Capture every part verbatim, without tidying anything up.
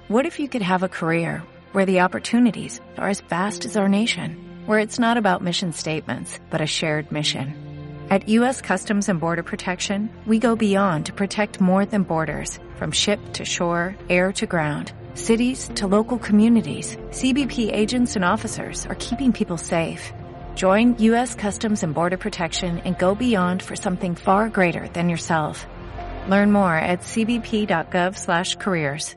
What if you could have a career where the opportunities are as vast as our nation, where it's not about mission statements, but a shared mission? At U S Customs and Border Protection, we go beyond to protect more than borders, from ship to shore, air to ground, cities to local communities. C B P agents and officers are keeping people safe. Join U S Customs and Border Protection and go beyond for something far greater than yourself. Learn more at c b p dot gov slash careers.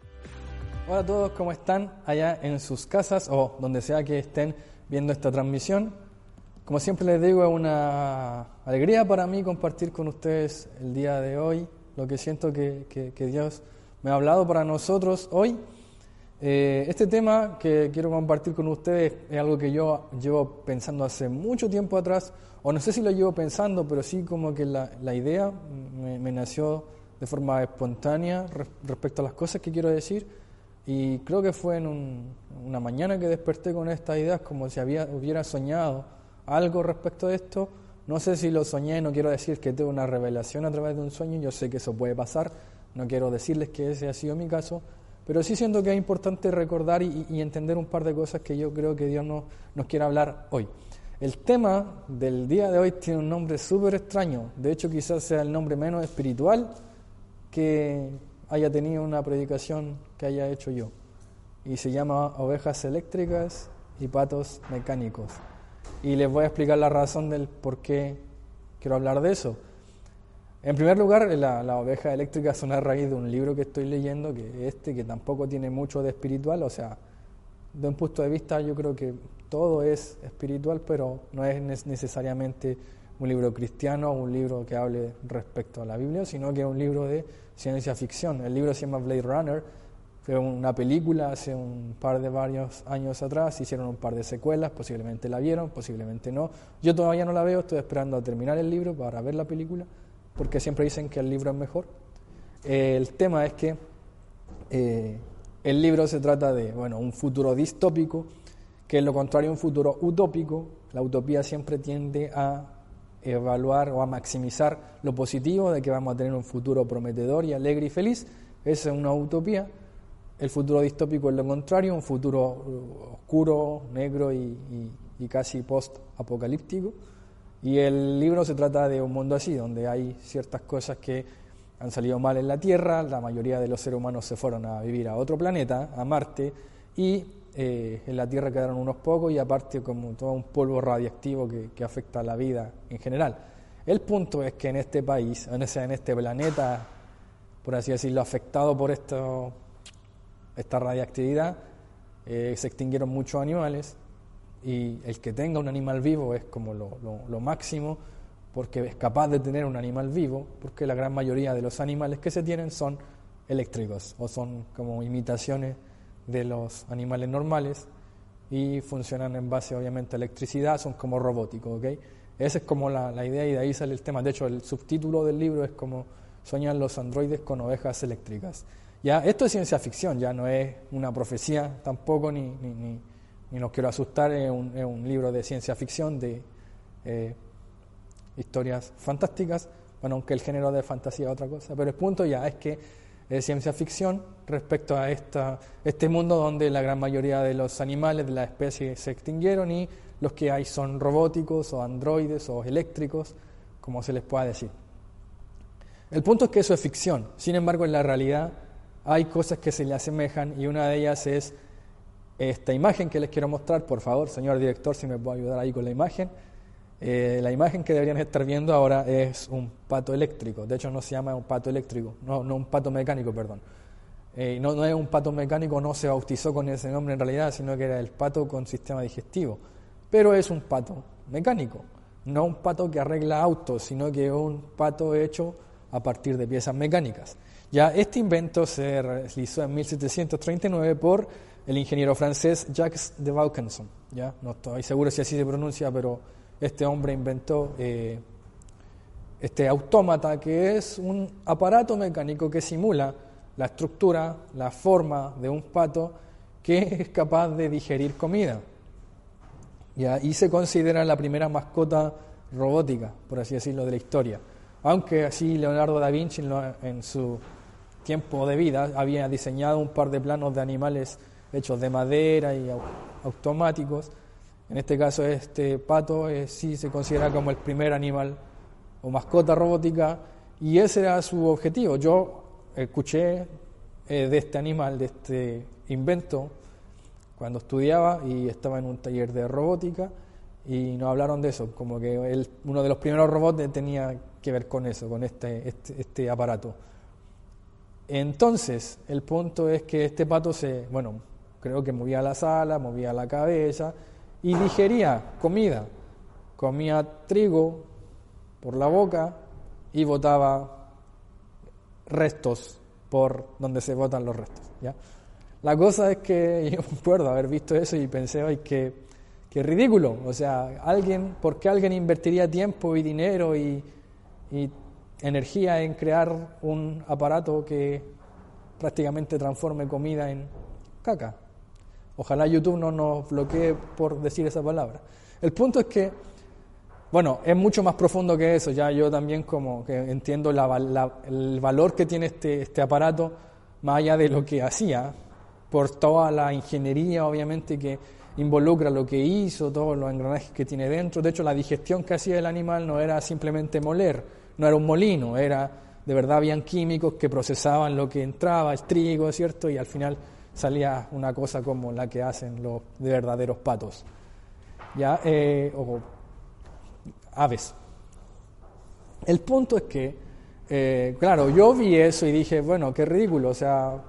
Hola a todos, ¿cómo están allá en sus casas o donde sea que estén viendo esta transmisión? Como siempre les digo, es una alegría para mí compartir con ustedes el día de hoy lo que siento que, que, que Dios me ha hablado para nosotros hoy. Eh, este tema que quiero compartir con ustedes es algo que yo llevo pensando hace mucho tiempo atrás, o no sé si lo llevo pensando, pero sí como que la, la idea me, me nació de forma espontánea re, respecto a las cosas que quiero decir. Y creo que fue en un, una mañana que desperté con estas ideas, como si había, hubiera soñado algo respecto a esto. No sé si lo soñé, no quiero decir que tuve una revelación a través de un sueño, yo sé que eso puede pasar, no quiero decirles que ese ha sido mi caso, pero sí siento que es importante recordar y, y entender un par de cosas que yo creo que Dios nos, nos quiere hablar hoy. El tema del día de hoy tiene un nombre súper extraño, de hecho quizás sea el nombre menos espiritual que haya tenido una predicación que haya hecho yo, y se llama Ovejas Eléctricas y Patos Mecánicos, y les voy a explicar la razón del por qué quiero hablar de eso. En primer lugar, la, la oveja eléctrica es una raíz de un libro que estoy leyendo, que este, que tampoco tiene mucho de espiritual, o sea, de un punto de vista yo creo que todo es espiritual, pero no es necesariamente un libro cristiano o un libro que hable respecto a la Biblia, sino que es un libro de ciencia ficción. El libro se llama Blade Runner, fue una película hace un par de varios años atrás, hicieron un par de secuelas, posiblemente la vieron, posiblemente no. Yo todavía no la veo, estoy esperando a terminar el libro para ver la película, porque siempre dicen que el libro es mejor. Eh, el tema es que eh, el libro se trata de, bueno, un futuro distópico, que es lo contrario a un futuro utópico. La utopía siempre tiende a evaluar o a maximizar lo positivo de que vamos a tener un futuro prometedor y alegre y feliz. Esa es una utopía. El futuro distópico es lo contrario, un futuro oscuro, negro y, y, y casi post-apocalíptico. Y el libro se trata de un mundo así, donde hay ciertas cosas que han salido mal en la Tierra, la mayoría de los seres humanos se fueron a vivir a otro planeta, a Marte, y eh, en la Tierra quedaron unos pocos, y aparte como todo un polvo radiactivo que, que afecta a la vida en general. El punto es que en este país, en, ese, en este planeta, por así decirlo, afectado por esto, esta radiactividad, eh, se extinguieron muchos animales, y el que tenga un animal vivo es como lo, lo, lo máximo, porque es capaz de tener un animal vivo, porque la gran mayoría de los animales que se tienen son eléctricos, o son como imitaciones de los animales normales, y funcionan en base obviamente a electricidad, son como robóticos, ¿ok? Esa es como la, la idea, y de ahí sale el tema. De hecho, el subtítulo del libro es como Sueñan los androides con ovejas eléctricas. Ya, esto es ciencia ficción, ya no es una profecía tampoco, ni, ni, ni, ni los quiero asustar, es un, es un libro de ciencia ficción, de eh, historias fantásticas, bueno, aunque el género de fantasía es otra cosa, pero el punto ya es que es ciencia ficción respecto a esta, este mundo donde la gran mayoría de los animales de la especie se extinguieron, y los que hay son robóticos o androides o eléctricos, como se les pueda decir. El punto es que eso es ficción, sin embargo en la realidad hay cosas que se le asemejan, y una de ellas es esta imagen que les quiero mostrar. Por favor, señor director, si me puede ayudar ahí con la imagen. Eh, la imagen que deberían estar viendo ahora es un pato eléctrico. De hecho no se llama un pato eléctrico, no, no un pato mecánico, perdón. Eh, no, no es un pato mecánico, no se bautizó con ese nombre en realidad, sino que era el pato con sistema digestivo. Pero es un pato mecánico, no un pato que arregla autos, sino que es un pato hecho a partir de piezas mecánicas. Ya este invento se realizó en mil setecientos treinta y nueve por el ingeniero francés Jacques de Vaucanson. Ya no estoy seguro si así se pronuncia, pero este hombre inventó eh, este autómata, que es un aparato mecánico que simula la estructura, la forma de un pato, que es capaz de digerir comida. ¿Ya? Y se considera la primera mascota robótica, por así decirlo, de la historia. Aunque así Leonardo da Vinci en, lo, en su tiempo de vida había diseñado un par de planos de animales hechos de madera y automáticos. En este caso este pato eh, sí se considera como el primer animal o mascota robótica, y ese era su objetivo. Yo escuché eh, de este animal, de este invento, cuando estudiaba y estaba en un taller de robótica, y nos hablaron de eso, como que el, uno de los primeros robots tenía que ver con eso, con este, este, este aparato. Entonces, el punto es que este pato se, bueno, creo que movía las alas, movía la cabeza y digería comida. Comía trigo por la boca y botaba restos por donde se botan los restos, ¿ya? La cosa es que yo recuerdo haber visto eso y pensé, ay, qué, qué ridículo. O sea, alguien, ¿por qué alguien invertiría tiempo y dinero y, y energía en crear un aparato que prácticamente transforme comida en caca? Ojalá YouTube no nos bloquee por decir esa palabra. El punto es que, bueno, es mucho más profundo que eso. Ya yo también como que entiendo la, la, el valor que tiene este, este aparato, más allá de lo que hacía, por toda la ingeniería, obviamente, que involucra lo que hizo, todos los engranajes que tiene dentro. De hecho, la digestión que hacía el animal no era simplemente moler, no era un molino, era, de verdad, habían químicos que procesaban lo que entraba, el trigo, ¿cierto? Y al final salía una cosa como la que hacen los de verdaderos patos, ¿ya? Eh, o aves. El punto es que, eh, claro, yo vi eso y dije, bueno, qué ridículo, o sea,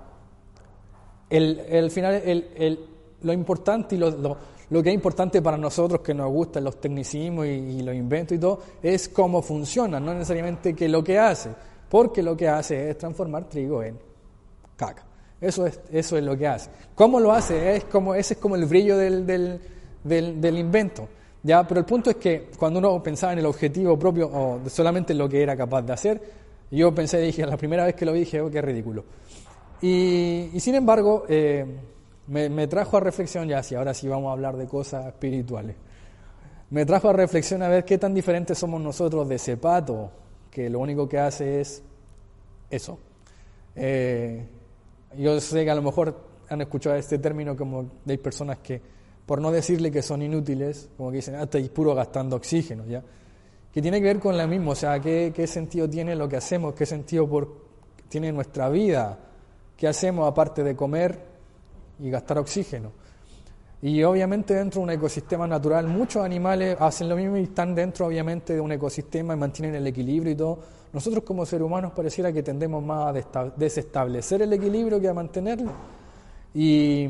el, el final, el, el, lo importante y lo, lo, lo que es importante para nosotros que nos gustan los tecnicismos y, y los inventos y todo, es cómo funciona, no necesariamente que lo que hace, porque lo que hace es transformar trigo en caca. Eso es, eso es lo que hace. ¿Cómo lo hace? Es como, ese es como el brillo del, del, del, del invento. ¿Ya? Pero el punto es que cuando uno pensaba en el objetivo propio o solamente en lo que era capaz de hacer, yo pensé, dije, la primera vez que lo vi, dije, oh, qué ridículo. Y, y sin embargo, eh, me, me trajo a reflexión, ya sí, ahora sí vamos a hablar de cosas espirituales. Me trajo a reflexión a ver qué tan diferentes somos nosotros de ese pato, que lo único que hace es eso. Eh, yo sé que a lo mejor han escuchado este término como de hay personas que, por no decirle que son inútiles, como que dicen, ah, estáis puro gastando oxígeno, ¿ya? Que tiene que ver con lo mismo, o sea, ¿qué, qué sentido tiene lo que hacemos? ¿Qué sentido por, tiene nuestra vida? ¿Qué hacemos aparte de comer y gastar oxígeno? Y obviamente dentro de un ecosistema natural muchos animales hacen lo mismo y están dentro obviamente de un ecosistema y mantienen el equilibrio y todo. Nosotros como seres humanos pareciera que tendemos más a desestablecer el equilibrio que a mantenerlo. Y,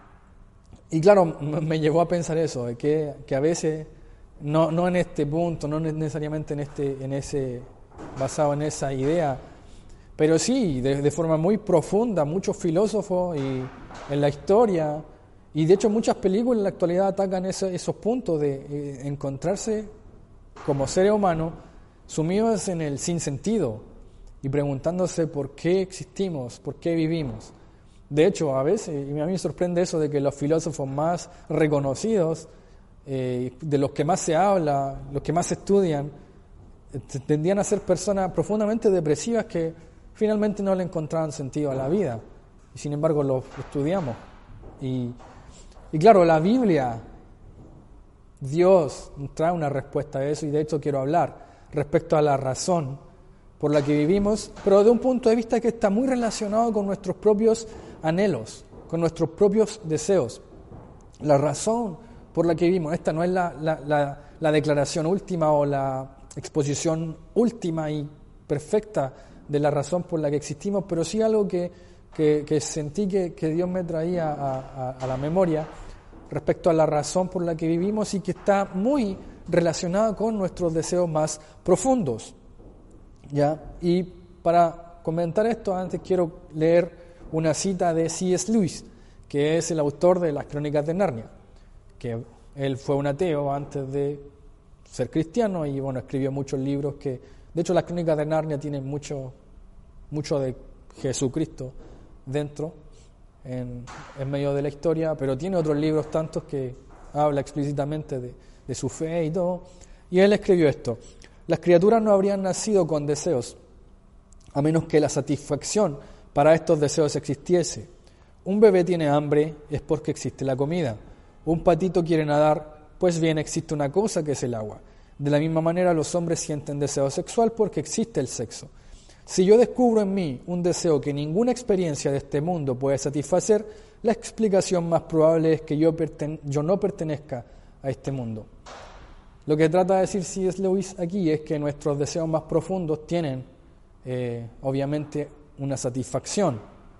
y claro, me llevó a pensar eso, que, que a veces, no, no en este punto, no necesariamente en, este, en ese, basado en esa idea, pero sí, de, de forma muy profunda, muchos filósofos y en la historia, y de hecho muchas películas en la actualidad atacan eso, esos puntos de eh, encontrarse como seres humanos sumidos en el sinsentido y preguntándose por qué existimos, por qué vivimos. De hecho, a veces, y a mí me sorprende eso de que los filósofos más reconocidos, eh, de los que más se habla, los que más se estudian, eh, tendían a ser personas profundamente depresivas que finalmente no le encontraban sentido a la vida. Y sin embargo lo estudiamos. Y, y claro, la Biblia, Dios trae una respuesta a eso, y de hecho quiero hablar respecto a la razón por la que vivimos, pero de un punto de vista que está muy relacionado con nuestros propios anhelos, con nuestros propios deseos. La razón por la que vivimos, esta no es la, la, la, la declaración última o la exposición última y perfecta de la razón por la que existimos, pero sí algo que, que, que sentí que, que Dios me traía a, a, a la memoria respecto a la razón por la que vivimos y que está muy relacionada con nuestros deseos más profundos, ¿ya? Y para comentar esto, antes quiero leer una cita de C S Lewis, que es el autor de las Crónicas de Narnia, que él fue un ateo antes de ser cristiano y bueno, escribió muchos libros que, de hecho, las Crónicas de Narnia tienen mucho, mucho de Jesucristo dentro, en, en medio de la historia, pero tiene otros libros tantos que habla explícitamente de, de su fe y todo. Y él escribió esto: las criaturas no habrían nacido con deseos, a menos que la satisfacción para estos deseos existiese. Un bebé tiene hambre, es porque existe la comida. Un patito quiere nadar, pues bien existe una cosa que es el agua. De la misma manera los hombres sienten deseo sexual porque existe el sexo. Si yo descubro en mí un deseo que ninguna experiencia de este mundo puede satisfacer, la explicación más probable es que yo, perten- yo no pertenezca a este mundo. Lo que trata de decir C S Lewis aquí es que nuestros deseos más profundos tienen, eh, obviamente, una satisfacción.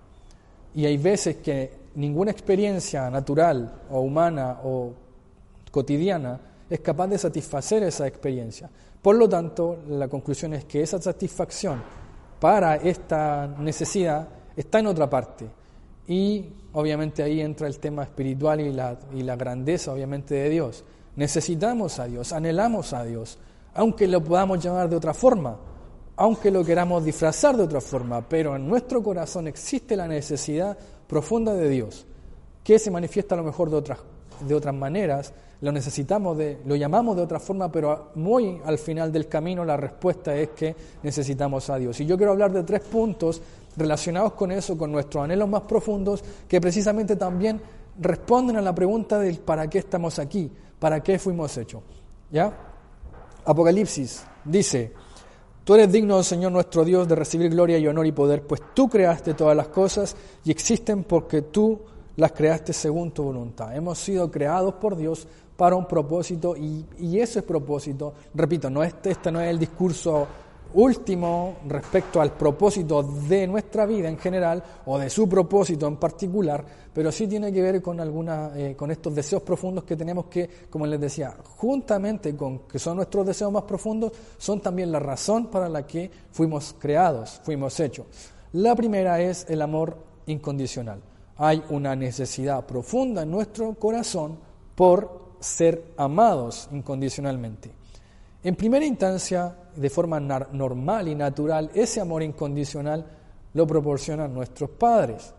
Y hay veces que ninguna experiencia natural o humana o cotidiana es capaz de satisfacer esa experiencia. Por lo tanto, la conclusión es que esa satisfacción para esta necesidad está en otra parte. Y obviamente ahí entra el tema espiritual y la, y la grandeza, obviamente, de Dios. Necesitamos a Dios, anhelamos a Dios, aunque lo podamos llamar de otra forma, aunque lo queramos disfrazar de otra forma, pero en nuestro corazón existe la necesidad profunda de Dios, que se manifiesta a lo mejor de otras, de otras maneras, lo necesitamos, de, lo llamamos de otra forma, pero muy al final del camino la respuesta es que necesitamos a Dios. Y yo quiero hablar de tres puntos relacionados con eso, con nuestros anhelos más profundos, que precisamente también responden a la pregunta del ¿para qué estamos aquí? ¿Para qué fuimos hechos? ¿Ya? Apocalipsis dice: Tú eres digno, Señor nuestro Dios, de recibir gloria y honor y poder, pues tú creaste todas las cosas y existen porque tú las creaste según tu voluntad. Hemos sido creados por Dios para un propósito y, y ese propósito, repito, no este, este no es el discurso último respecto al propósito de nuestra vida en general o de su propósito en particular, pero sí tiene que ver con alguna, eh, con estos deseos profundos que tenemos que, como les decía, juntamente con que son nuestros deseos más profundos, son también la razón para la que fuimos creados, fuimos hechos. La primera es el amor incondicional. Hay una necesidad profunda en nuestro corazón por ser amados incondicionalmente. En primera instancia, de forma normal y natural, ese amor incondicional lo proporcionan nuestros padres.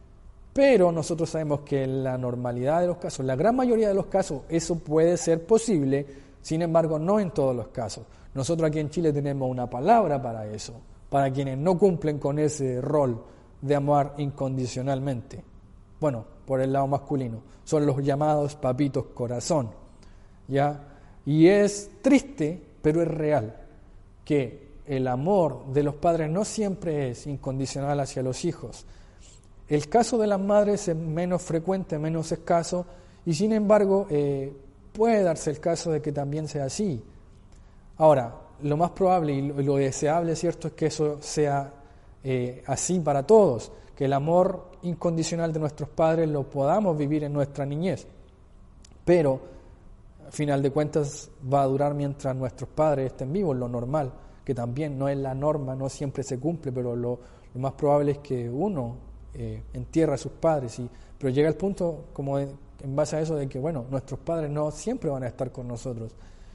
Pero nosotros sabemos que en la normalidad de los casos, en la gran mayoría de los casos, eso puede ser posible, sin embargo, no en todos los casos. Nosotros aquí en Chile tenemos una palabra para eso, para quienes no cumplen con ese rol de amar incondicionalmente. Bueno, por el lado masculino, son los llamados papitos corazón, ¿ya? Y es triste, pero es real, que el amor de los padres no siempre es incondicional hacia los hijos. El caso de las madres es menos frecuente, menos escaso, y sin embargo eh, puede darse el caso de que también sea así. Ahora, lo más probable y lo, lo deseable, ¿cierto?, es que eso sea eh, así para todos, que el amor incondicional de nuestros padres lo podamos vivir en nuestra niñez. Pero, al final de cuentas, va a durar mientras nuestros padres estén vivos, lo normal, que también no es la norma, no siempre se cumple, pero lo, lo más probable es que uno eh, entierre a sus padres. Y, pero llega el punto, como en, en base a eso, de que, bueno, nuestros padres no siempre van a estar con nosotros.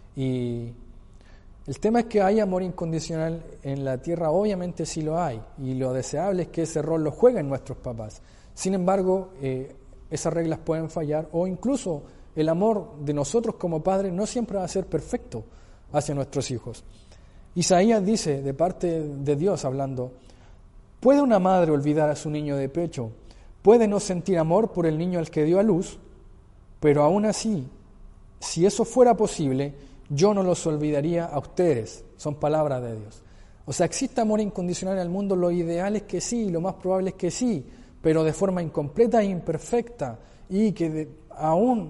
Y el tema es que hay amor incondicional en la tierra, obviamente sí lo hay, y lo deseable es que ese rol lo jueguen nuestros papás. Sin embargo, eh, esas reglas pueden fallar, o incluso el amor de nosotros como padres no siempre va a ser perfecto hacia nuestros hijos. Isaías dice, de parte de Dios hablando: ¿puede una madre olvidar a su niño de pecho? ¿Puede no sentir amor por el niño al que dio a luz? Pero aún así, si eso fuera posible, yo no los olvidaría a ustedes. Son palabras de Dios. O sea, existe amor incondicional en el mundo, lo ideal es que sí, lo más probable es que sí, pero de forma incompleta e imperfecta, y que de, aún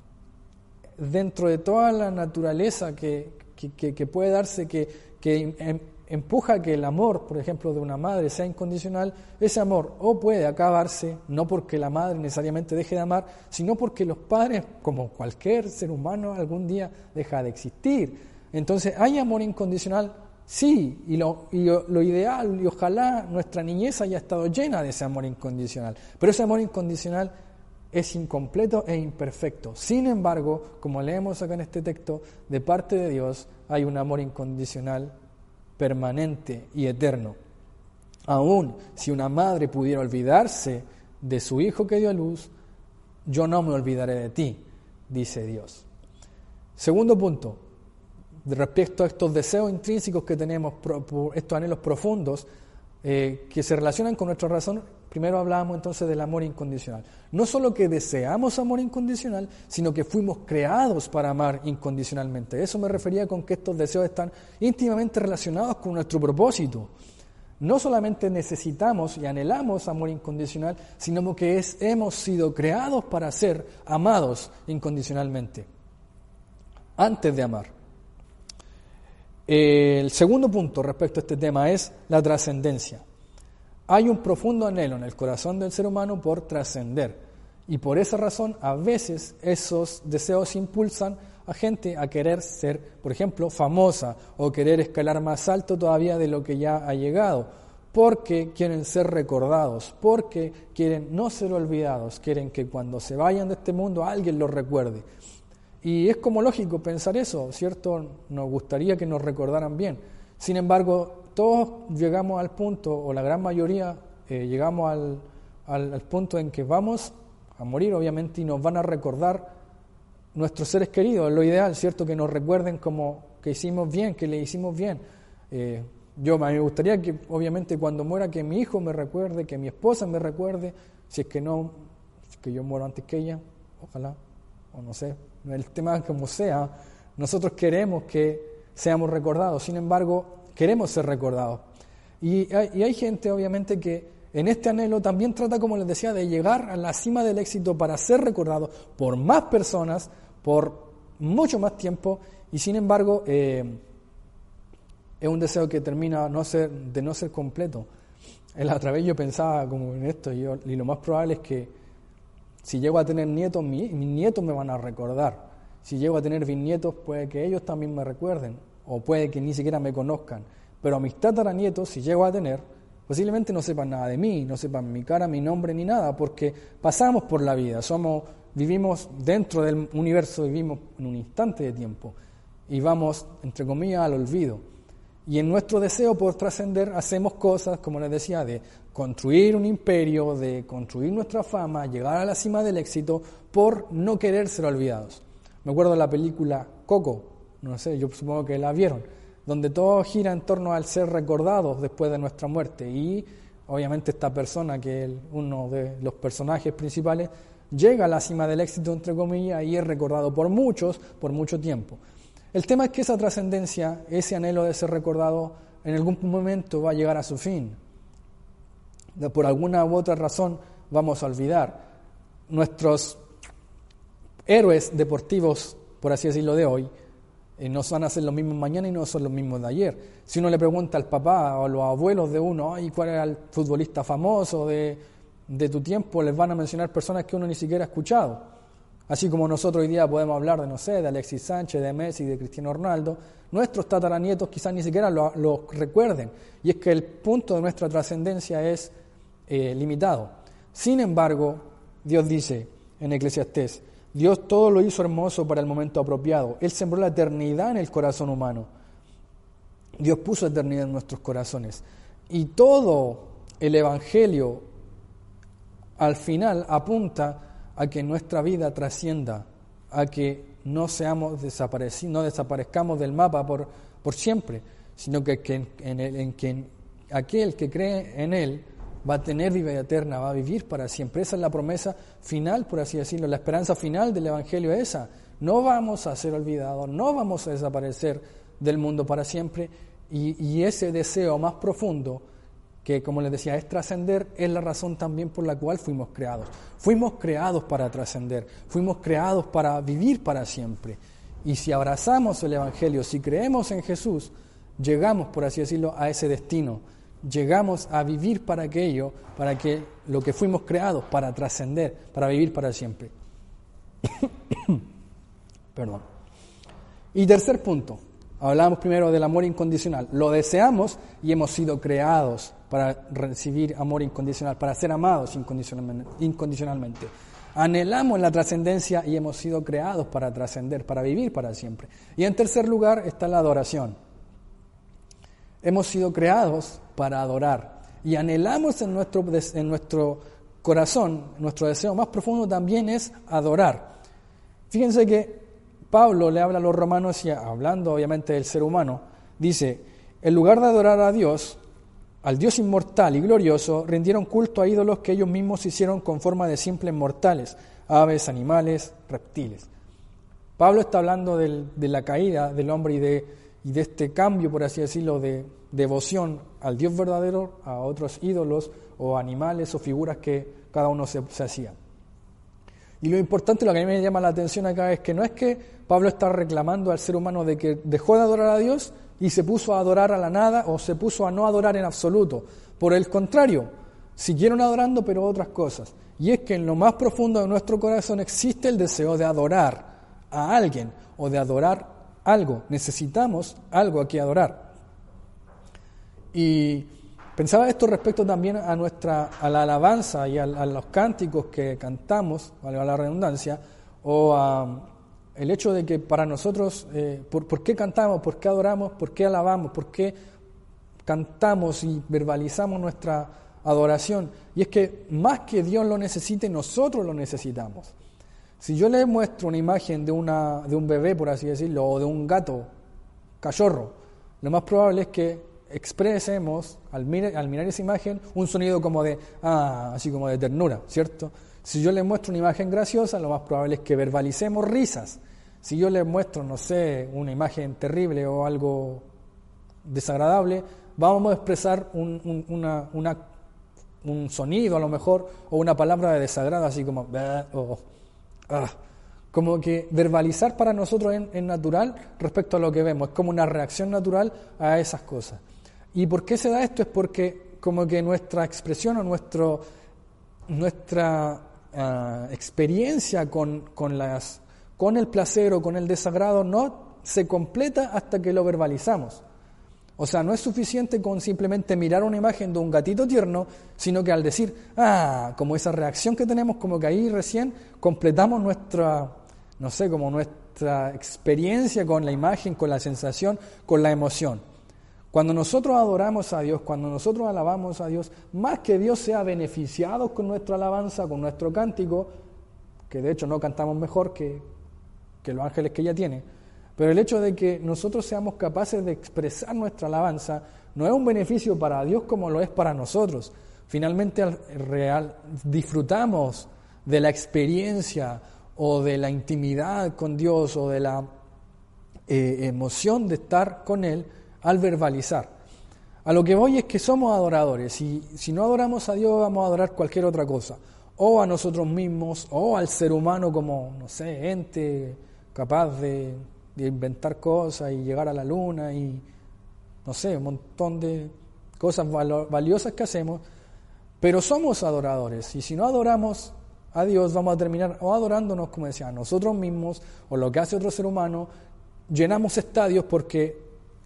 dentro de toda la naturaleza que, que, que, que puede darse, que, que em, empuja que el amor, por ejemplo, de una madre sea incondicional, ese amor o puede acabarse, no porque la madre necesariamente deje de amar, sino porque los padres, como cualquier ser humano, algún día deja de existir. Entonces, ¿hay amor incondicional? Sí, y lo, y lo, lo ideal, y ojalá nuestra niñez haya estado llena de ese amor incondicional, pero ese amor incondicional es incompleto e imperfecto. Sin embargo, como leemos acá en este texto, de parte de Dios hay un amor incondicional permanente y eterno. Aún si una madre pudiera olvidarse de su hijo que dio a luz, yo no me olvidaré de ti, dice Dios. Segundo punto, respecto a estos deseos intrínsecos que tenemos, estos anhelos profundos, eh, que se relacionan con nuestra razón. Primero hablábamos entonces del amor incondicional. No solo que deseamos amor incondicional, sino que fuimos creados para amar incondicionalmente. Eso me refería con que estos deseos están íntimamente relacionados con nuestro propósito. No solamente necesitamos y anhelamos amor incondicional, sino que es, hemos sido creados para ser amados incondicionalmente, antes de amar. El segundo punto respecto a este tema es la trascendencia. Hay un profundo anhelo en el corazón del ser humano por trascender, y por esa razón a veces esos deseos impulsan a gente a querer ser, por ejemplo, famosa o querer escalar más alto todavía de lo que ya ha llegado, porque quieren ser recordados, porque quieren no ser olvidados, quieren que cuando se vayan de este mundo alguien los recuerde. Y es como lógico pensar eso, ¿cierto? Nos gustaría que nos recordaran bien. Sin embargo, todos llegamos al punto, o la gran mayoría eh, llegamos al, al, al punto en que vamos a morir, obviamente, y nos van a recordar nuestros seres queridos. Es lo ideal, ¿cierto? Que nos recuerden como que hicimos bien, que le hicimos bien. Eh, yo a mí me gustaría que, obviamente, cuando muera, que mi hijo me recuerde, que mi esposa me recuerde, si es que no, si es que yo muero antes que ella, ojalá, o no sé, el tema como sea, nosotros queremos que seamos recordados, sin embargo, queremos ser recordados. Y hay, y hay gente, obviamente, que en este anhelo también trata, como les decía, de llegar a la cima del éxito para ser recordado por más personas, por mucho más tiempo, y sin embargo, eh, es un deseo que termina no ser, de no ser completo. El otra vez yo pensaba como en esto, y, yo, y lo más probable es que si llego a tener nietos, mi, mis nietos me van a recordar. Si llego a tener bisnietos, puede que ellos también me recuerden, o puede que ni siquiera me conozcan. Pero a mis tataranietos, si llego a tener, posiblemente no sepan nada de mí, no sepan mi cara, mi nombre ni nada, porque pasamos por la vida, somos, vivimos dentro del universo, vivimos en un instante de tiempo y vamos, entre comillas, al olvido. Y en nuestro deseo por trascender hacemos cosas, como les decía, de construir un imperio, de construir nuestra fama, llegar a la cima del éxito por no querer ser olvidados. Me acuerdo de la película Coco, no sé, yo supongo que la vieron, donde todo gira en torno al ser recordados después de nuestra muerte. Y obviamente esta persona, que es uno de los personajes principales, llega a la cima del éxito, entre comillas, y es recordado por muchos, por mucho tiempo. El tema es que esa trascendencia, ese anhelo de ser recordado, en algún momento va a llegar a su fin. Por alguna u otra razón vamos a olvidar. Nuestros héroes deportivos, por así decirlo, de hoy, eh, no van a ser los mismos mañana y no son los mismos de ayer. Si uno le pregunta al papá o a los abuelos de uno, ay, ¿cuál era el futbolista famoso de, de tu tiempo?, les van a mencionar personas que uno ni siquiera ha escuchado. Así como nosotros hoy día podemos hablar de, no sé, de Alexis Sánchez, de Messi, de Cristiano Ronaldo, nuestros tataranietos quizás ni siquiera lo, lo recuerden. Y es que el punto de nuestra trascendencia es eh, limitado. Sin embargo, Dios dice en Eclesiastés, Dios todo lo hizo hermoso para el momento apropiado. Él sembró la eternidad en el corazón humano. Dios puso eternidad en nuestros corazones. Y todo el Evangelio, al final, apunta a que nuestra vida trascienda, a que no seamos desaparecidos, no desaparezcamos del mapa por, por siempre, sino que, que en, el, en que aquel que cree en Él va a tener vida eterna, va a vivir para siempre. Esa es la promesa final, por así decirlo, la esperanza final del Evangelio es esa. No vamos a ser olvidados, no vamos a desaparecer del mundo para siempre, y, y ese deseo más profundo, que, como les decía, es trascender, es la razón también por la cual fuimos creados. Fuimos creados para trascender, fuimos creados para vivir para siempre. Y si abrazamos el Evangelio, si creemos en Jesús, llegamos, por así decirlo, a ese destino. Llegamos a vivir para aquello, para que lo que fuimos creados, para trascender, para vivir para siempre. Perdón. Y tercer punto. Hablábamos primero del amor incondicional. Lo deseamos y hemos sido creados para recibir amor incondicional, para ser amados incondicionalmente. incondicionalmente. Anhelamos la trascendencia y hemos sido creados para trascender, para vivir para siempre. Y en tercer lugar está la adoración. Hemos sido creados para adorar y anhelamos en nuestro, en nuestro corazón, nuestro deseo más profundo también es adorar. Fíjense que Pablo le habla a los romanos y hablando obviamente del ser humano, dice, en lugar de adorar a Dios, al Dios inmortal y glorioso, rindieron culto a ídolos que ellos mismos hicieron con forma de simples mortales, aves, animales, reptiles. Pablo está hablando del, de la caída del hombre y de, y de este cambio, por así decirlo, de devoción al Dios verdadero, a otros ídolos o animales o figuras que cada uno se, se hacía. Y lo importante, lo que a mí me llama la atención acá es que no es que Pablo está reclamando al ser humano de que dejó de adorar a Dios y se puso a adorar a la nada o se puso a no adorar en absoluto. Por el contrario, siguieron adorando pero otras cosas. Y es que en lo más profundo de nuestro corazón existe el deseo de adorar a alguien o de adorar algo. Necesitamos algo a que adorar. Y pensaba esto respecto también a nuestra a la alabanza y a, a los cánticos que cantamos, valga la redundancia, o a el hecho de que para nosotros, eh, por, ¿por qué cantamos? ¿Por qué adoramos? ¿Por qué alabamos? ¿Por qué cantamos y verbalizamos nuestra adoración? Y es que más que Dios lo necesite, nosotros lo necesitamos. Si yo les muestro una imagen de, una, de un bebé, por así decirlo, o de un gato, cachorro, lo más probable es que expresemos, al mirar, al mirar esa imagen, un sonido como de, ah, así como de ternura, ¿cierto? Si yo les muestro una imagen graciosa, lo más probable es que verbalicemos risas. Si yo les muestro, no sé, una imagen terrible o algo desagradable, vamos a expresar un, un, una, una, un sonido a lo mejor, o una palabra de desagrado, así como, o, ah, como que verbalizar para nosotros es, es natural respecto a lo que vemos, es como una reacción natural a esas cosas. ¿Y por qué se da esto? Es porque como que nuestra expresión o nuestro, nuestra uh, experiencia con, con, las, con el placer o con el desagrado no se completa hasta que lo verbalizamos. O sea, no es suficiente con simplemente mirar una imagen de un gatito tierno, sino que al decir, ah, como esa reacción que tenemos, como que ahí recién completamos nuestra, no sé, como nuestra experiencia con la imagen, con la sensación, con la emoción. Cuando nosotros adoramos a Dios, cuando nosotros alabamos a Dios, más que Dios sea beneficiado con nuestra alabanza, con nuestro cántico, que de hecho no cantamos mejor que, que los ángeles que ella tiene, pero el hecho de que nosotros seamos capaces de expresar nuestra alabanza no es un beneficio para Dios como lo es para nosotros. Finalmente, al real, disfrutamos de la experiencia o de la intimidad con Dios o de la eh, emoción de estar con Él al verbalizar. A lo que voy es que somos adoradores y si no adoramos a Dios vamos a adorar cualquier otra cosa, o a nosotros mismos o al ser humano como, no sé, ente capaz de, de inventar cosas y llegar a la luna y, no sé, un montón de cosas valiosas que hacemos, pero somos adoradores y si no adoramos a Dios vamos a terminar o adorándonos, como decía, a nosotros mismos o lo que hace otro ser humano. Llenamos estadios porque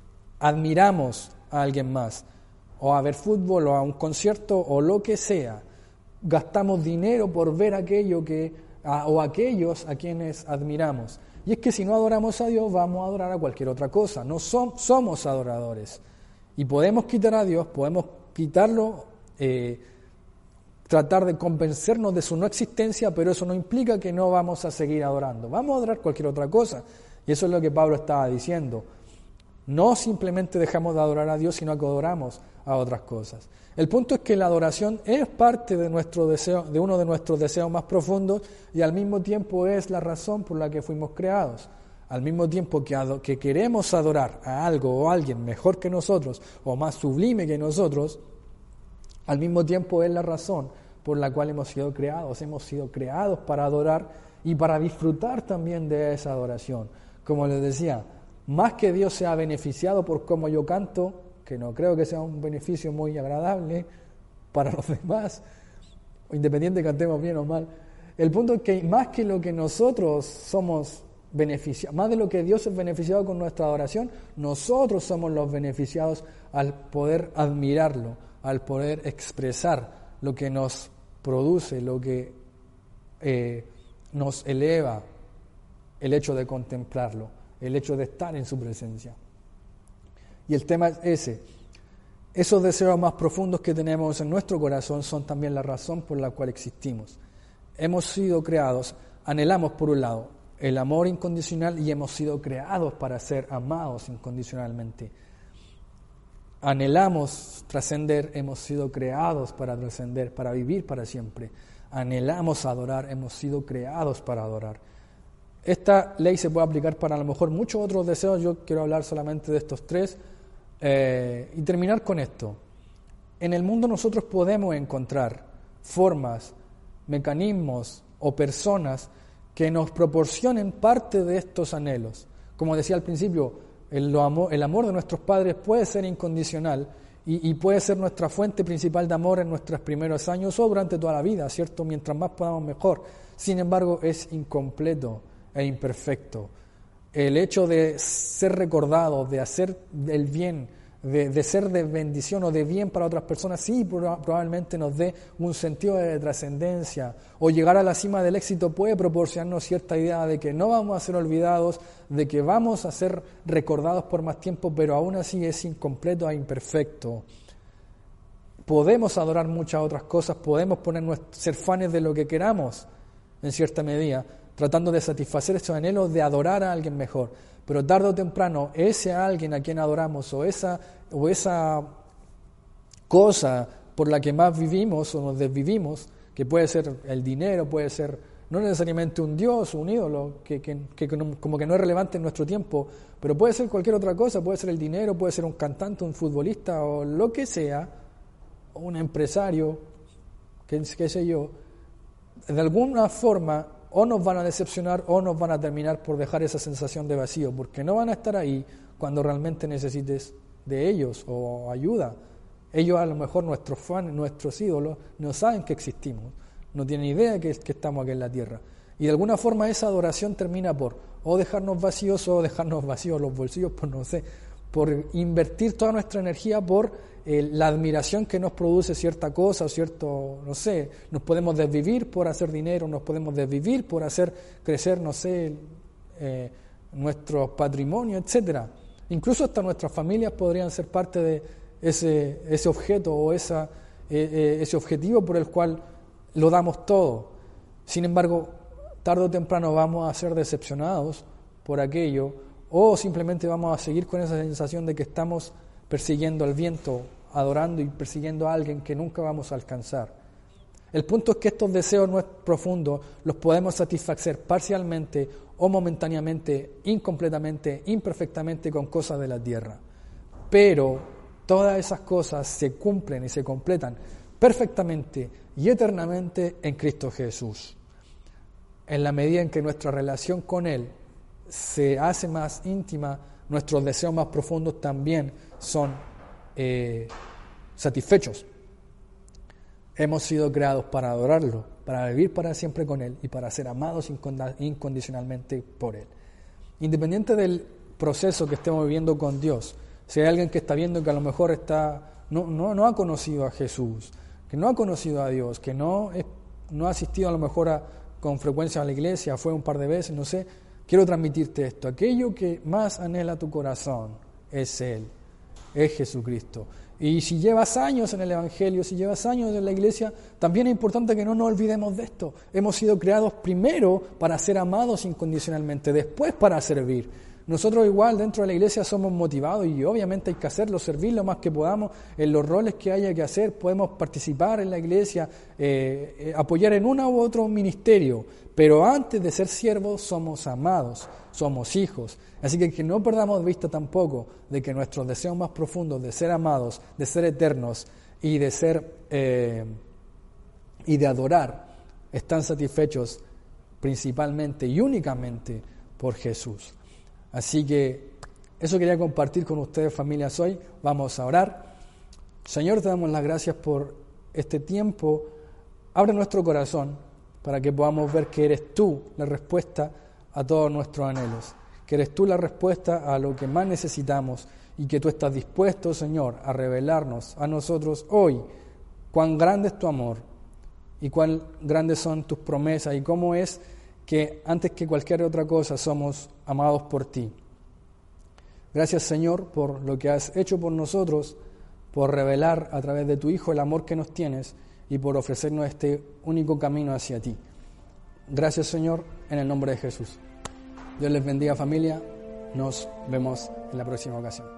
admiramos a alguien más, o a ver fútbol, o a un concierto, o lo que sea. Gastamos dinero por ver aquello que, a, o aquellos a quienes admiramos. Y es que si no adoramos a Dios, vamos a adorar a cualquier otra cosa. No som, somos adoradores. Y podemos quitar a Dios, podemos quitarlo, eh, tratar de convencernos de su no existencia, pero eso no implica que no vamos a seguir adorando. Vamos a adorar cualquier otra cosa. Y eso es lo que Pablo estaba diciendo. No simplemente dejamos de adorar a Dios, sino que adoramos a otras cosas. El punto es que la adoración es parte de nuestro deseo, de uno de nuestros deseos más profundos y al mismo tiempo es la razón por la que fuimos creados. Al mismo tiempo que, ado- que queremos adorar a algo o a alguien mejor que nosotros o más sublime que nosotros, al mismo tiempo es la razón por la cual hemos sido creados. Hemos sido creados para adorar y para disfrutar también de esa adoración. Como les decía, más que Dios sea beneficiado por cómo yo canto, que no creo que sea un beneficio muy agradable para los demás, independiente de cantemos bien o mal, el punto es que más que lo que nosotros somos beneficiados, más de lo que Dios es beneficiado con nuestra adoración, nosotros somos los beneficiados al poder admirarlo, al poder expresar lo que nos produce, lo que eh, nos eleva el hecho de contemplarlo, el hecho de estar en su presencia. Y el tema es ese. Esos deseos más profundos que tenemos en nuestro corazón son también la razón por la cual existimos. Hemos sido creados, anhelamos por un lado el amor incondicional y hemos sido creados para ser amados incondicionalmente. anhelamos trascender, hemos sido creados para trascender, para vivir para siempre. Anhelamos adorar, hemos sido creados para adorar. Esta ley se puede aplicar para a lo mejor muchos otros deseos. Yo quiero hablar solamente de estos tres eh, y terminar con esto. En el mundo nosotros podemos encontrar formas, mecanismos o personas que nos proporcionen parte de estos anhelos. Como decía al principio, el amor, el amor de nuestros padres puede ser incondicional y, y puede ser nuestra fuente principal de amor en nuestros primeros años o durante toda la vida, ¿cierto? Mientras más podamos, mejor. Sin embargo, es incompleto e imperfecto. El hecho de ser recordado, de hacer el bien, de, de ser de bendición o de bien para otras personas, sí, probablemente nos dé un sentido de trascendencia, o llegar a la cima del éxito puede proporcionarnos cierta idea de que no vamos a ser olvidados, de que vamos a ser recordados por más tiempo, pero aún así es incompleto e imperfecto. Podemos adorar muchas otras cosas, podemos poner, ser fans de lo que queramos, en cierta medida, tratando de satisfacer estos anhelos de adorar a alguien mejor. Pero tarde o temprano, ese alguien a quien adoramos o esa, o esa cosa por la que más vivimos o nos desvivimos, que puede ser el dinero, puede ser no necesariamente un dios o un ídolo, que, que, que como que no es relevante en nuestro tiempo, pero puede ser cualquier otra cosa, puede ser el dinero, puede ser un cantante, un futbolista o lo que sea, o un empresario, qué, qué sé yo, de alguna forma o nos van a decepcionar o nos van a terminar por dejar esa sensación de vacío, porque no van a estar ahí cuando realmente necesites de ellos o ayuda. Ellos, a lo mejor nuestros fans, nuestros ídolos, no saben que existimos, no tienen idea de que, que estamos aquí en la tierra. Y de alguna forma esa adoración termina por o dejarnos vacíos o dejarnos vacíos los bolsillos, por no sé, por invertir toda nuestra energía por eh, la admiración que nos produce cierta cosa o cierto, no sé, nos podemos desvivir por hacer dinero, nos podemos desvivir por hacer crecer, no sé, eh, nuestro patrimonio, etcétera. Incluso hasta nuestras familias podrían ser parte de ese, ese objeto o esa, eh, eh, ese objetivo por el cual lo damos todo. Sin embargo, tarde o temprano vamos a ser decepcionados por aquello, o simplemente vamos a seguir con esa sensación de que estamos persiguiendo al viento, adorando y persiguiendo a alguien que nunca vamos a alcanzar. El punto es que estos deseos no es profundos, los podemos satisfacer parcialmente o momentáneamente, incompletamente, imperfectamente con cosas de la tierra. Pero todas esas cosas se cumplen y se completan perfectamente y eternamente en Cristo Jesús. En la medida en que nuestra relación con Él se hace más íntima, nuestros deseos más profundos también son eh, satisfechos. Hemos sido creados para adorarlo, para vivir para siempre con Él y para ser amados incondicionalmente por Él. Independiente del proceso que estemos viviendo con Dios, si hay alguien que está viendo que a lo mejor está no, no, no ha conocido a Jesús, que no ha conocido a Dios, que no, es, no ha asistido a lo mejor a, con frecuencia a la iglesia, fue un par de veces, no sé, quiero transmitirte esto. Aquello que más anhela tu corazón es Él, es Jesucristo. Y si llevas años en el Evangelio, si llevas años en la iglesia, también es importante que no nos olvidemos de esto. Hemos sido creados primero para ser amados incondicionalmente, después para servir. Nosotros igual dentro de la iglesia somos motivados y obviamente hay que hacerlo, servir lo más que podamos en los roles que haya que hacer. Podemos participar en la iglesia, eh, eh, apoyar en uno u otro ministerio, pero antes de ser siervos somos amados, somos hijos. Así que que no perdamos de vista tampoco de que nuestros deseos más profundos de ser amados, de ser eternos y de ser eh, y de adorar están satisfechos principalmente y únicamente por Jesús. Así que eso quería compartir con ustedes, familias, hoy. Vamos a orar. Señor, te damos las gracias por este tiempo. Abre nuestro corazón para que podamos ver que eres tú la respuesta a todos nuestros anhelos, que eres tú la respuesta a lo que más necesitamos y que tú estás dispuesto, Señor, a revelarnos a nosotros hoy cuán grande es tu amor y cuán grandes son tus promesas y cómo es que antes que cualquier otra cosa somos amados por ti. Gracias, Señor, por lo que has hecho por nosotros, por revelar a través de tu Hijo el amor que nos tienes y por ofrecernos este único camino hacia ti. Gracias, Señor, en el nombre de Jesús. Dios les bendiga, familia. Nos vemos en la próxima ocasión.